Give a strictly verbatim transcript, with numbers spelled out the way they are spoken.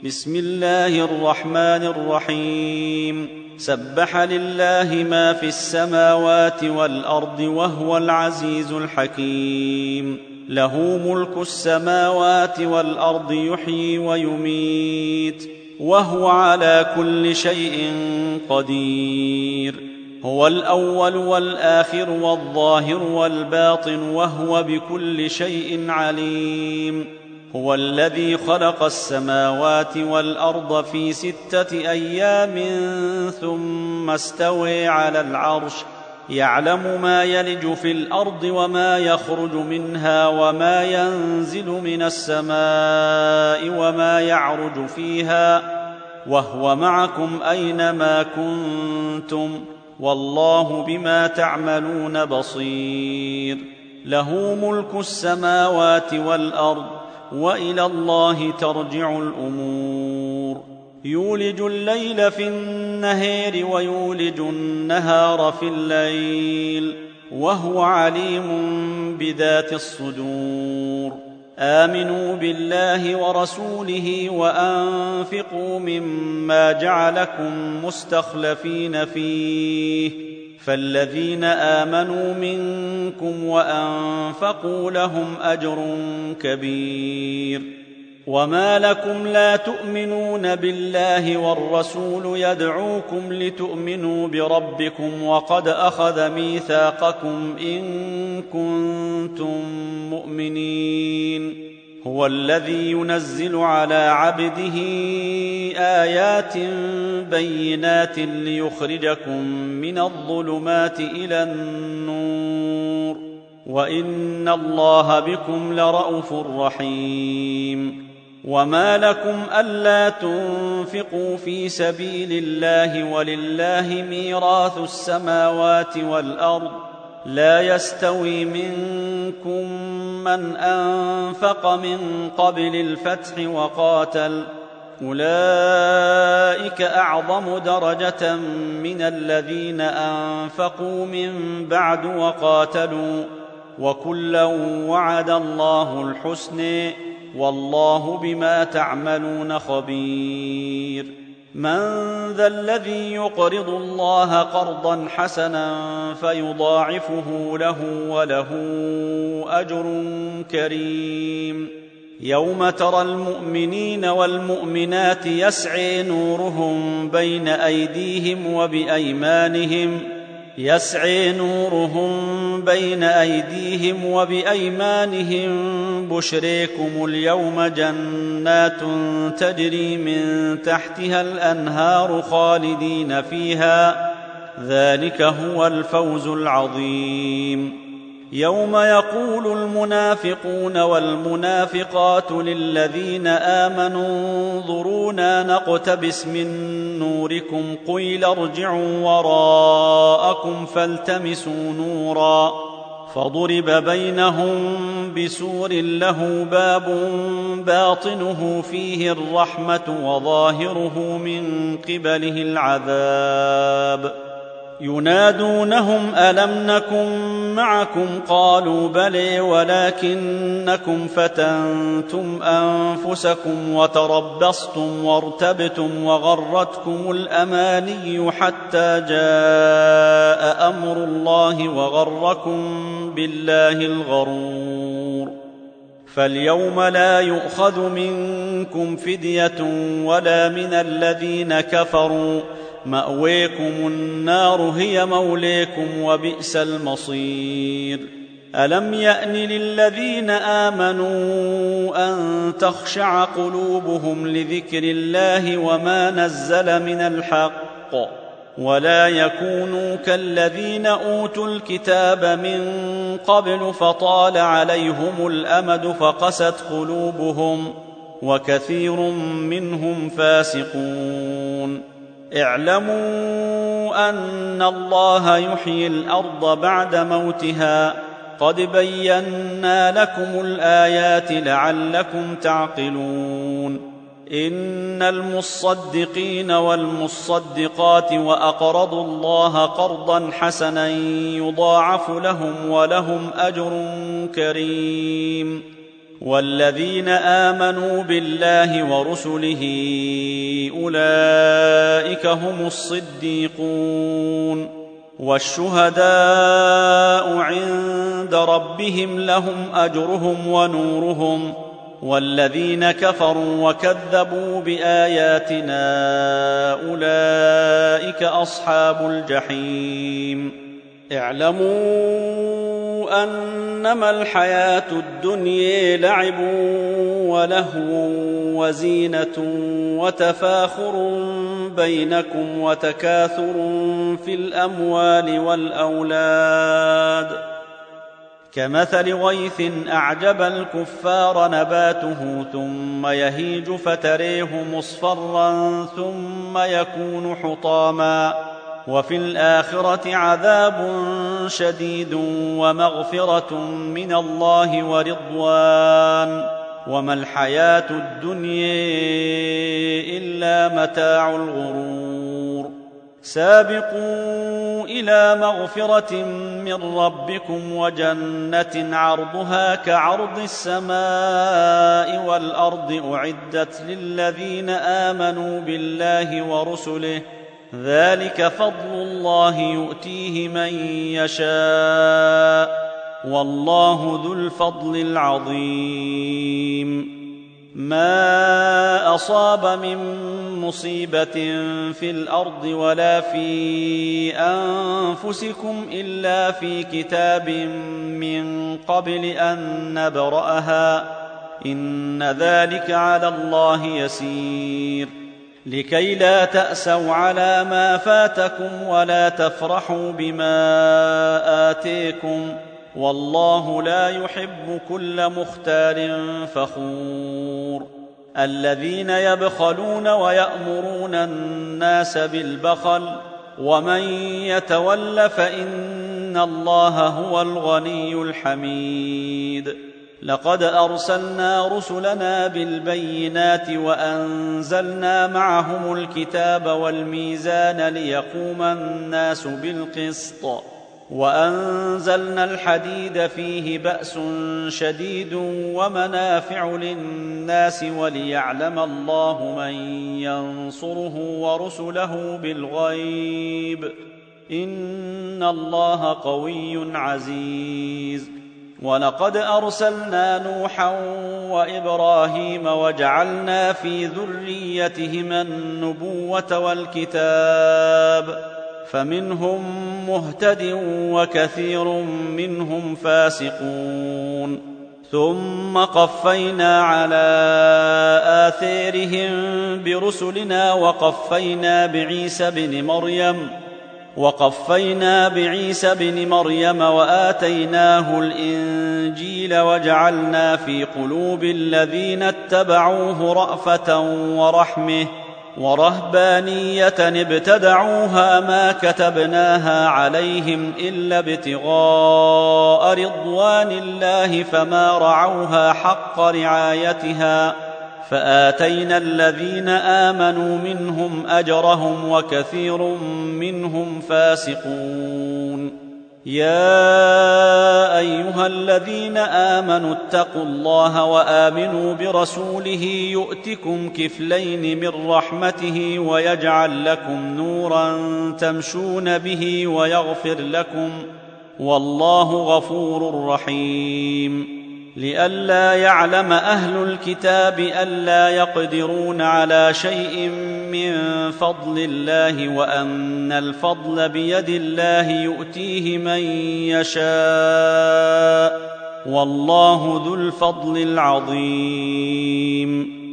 بسم الله الرحمن الرحيم سبح لله ما في السماوات والأرض وهو العزيز الحكيم له ملك السماوات والأرض يحيي ويميت وهو على كل شيء قدير هو الأول والآخر والظاهر والباطن وهو بكل شيء عليم هو الذي خلق السماوات والأرض في ستة أيام ثم استوى على العرش يعلم ما يلج في الأرض وما يخرج منها وما ينزل من السماء وما يعرج فيها وهو معكم أينما كنتم والله بما تعملون بصير له ملك السماوات والأرض وإلى الله ترجع الأمور يولج الليل في النهار ويولج النهار في الليل وهو عليم بذات الصدور آمنوا بالله ورسوله وأنفقوا مما جعلكم مستخلفين فيه فالذين آمنوا منكم وأنفقوا لهم أجر كبير وما لكم لا تؤمنون بالله والرسول يدعوكم لتؤمنوا بربكم وقد أخذ ميثاقكم إن كنتم مؤمنين هو الذي ينزل على عبده آيات بينات ليخرجكم من الظلمات إلى النور وإن الله بكم لرءوف رحيم وما لكم ألا تنفقوا في سبيل الله ولله ميراث السماوات والأرض لا يستوي منكم من أنفق من قبل الفتح وقاتل أولئك أعظم درجة من الذين أنفقوا من بعد وقاتلوا وكلا وعد الله الحسنى والله بما تعملون خبير من ذا الذي يقرض الله قرضا حسنا فيضاعفه له وله أجر كريم يوم ترى المؤمنين والمؤمنات يسعى نورهم بين أيديهم وبأيمانهم يسعى نورهم بين أيديهم وبأيمانهم بشريكم اليوم جنات تجري من تحتها الأنهار خالدين فيها ذلك هو الفوز العظيم يوم يقول المنافقون والمنافقات للذين آمنوا انظرونا نقتبس من نوركم قيل ارجعوا وراءكم فالتمسوا نورا فضرب بينهم بسور له باب باطنه فيه الرحمة وظاهره من قبله العذاب ينادونهم ألم نكن معكم قالوا بلى ولكنكم فتنتم أنفسكم وتربصتم وارتبتم وغرتكم الأماني حتى جاء أمر الله وغركم بالله الغرور فاليوم لا يؤخذ منكم فدية ولا من الذين كفروا مأويكم النار هي موليكم وبئس المصير ألم يأن للذين آمنوا أن تخشع قلوبهم لذكر الله وما نزل من الحق ولا يكونوا كالذين أوتوا الكتاب من قبل فطال عليهم الأمد فقست قلوبهم وكثير منهم فاسقون اعلموا أن الله يحيي الأرض بعد موتها قد بينا لكم الآيات لعلكم تعقلون إن المصدقين والمصدقات وأقرضوا الله قرضا حسنا يضاعف لهم ولهم أجر كريم والذين آمنوا بالله ورسله أولئك هم الصديقون والشهداء عند ربهم لهم أجرهم ونورهم والذين كفروا وكذبوا بآياتنا أولئك أصحاب الجحيم. اعلموا أنما الحياة الدنيا لعب ولهو وزينة وتفاخر بينكم وتكاثر في الأموال والأولاد كمثل غيث أعجب الكفار نباته ثم يهيج فتريه مصفرا ثم يكون حطاما وفي الآخرة عذاب شديد ومغفرة من الله ورضوان وما الحياة الدنيا إلا متاع الغرور. سابقوا إلى مغفرة من ربكم وجنة عرضها كعرض السماء والأرض أعدت للذين آمنوا بالله ورسله ذلك فضل الله يؤتيه من يشاء والله ذو الفضل العظيم. ما أصاب من مصيبة في الأرض ولا في أنفسكم إلا في كتاب من قبل أن نبرأها إن ذلك على الله يسير. لكي لا تأسوا على ما فاتكم ولا تفرحوا بما آتيكم والله لا يحب كل مختال فخور. الذين يبخلون ويأمرون الناس بالبخل ومن يتول فإن الله هو الغني الحميد. لقد أرسلنا رسلنا بالبينات وأنزلنا معهم الكتاب والميزان ليقوم الناس بالقسط وأنزلنا الحديد فيه بأس شديد ومنافع للناس وليعلم الله من ينصره ورسله بالغيب إن الله قوي عزيز. ولقد أرسلنا نوحا وإبراهيم وجعلنا في ذريتهما النبوة والكتاب فمنهم مهتد وكثير منهم فاسقون. ثم قفينا على آثارهم برسلنا وقفينا بعيسى بن مريم وقفينا بعيسى بن مريم وآتيناه الإنجيل وجعلنا في قلوب الذين اتبعوه رأفة ورحمة ورهبانية ابتدعوها ما كتبناها عليهم إلا ابتغاء رضوان الله فما رعوها حق رعايتها فآتينا الذين آمنوا منهم أجرهم وكثير منهم فاسقون. يا أيها الذين آمنوا اتقوا الله وآمنوا برسوله يؤتكم كفلين من رحمته ويجعل لكم نورا تمشون به ويغفر لكم والله غفور رحيم. لئلا يعلم أهل الكتاب ألا يقدرون على شيء من فضل الله وأن الفضل بيد الله يؤتيه من يشاء والله ذو الفضل العظيم.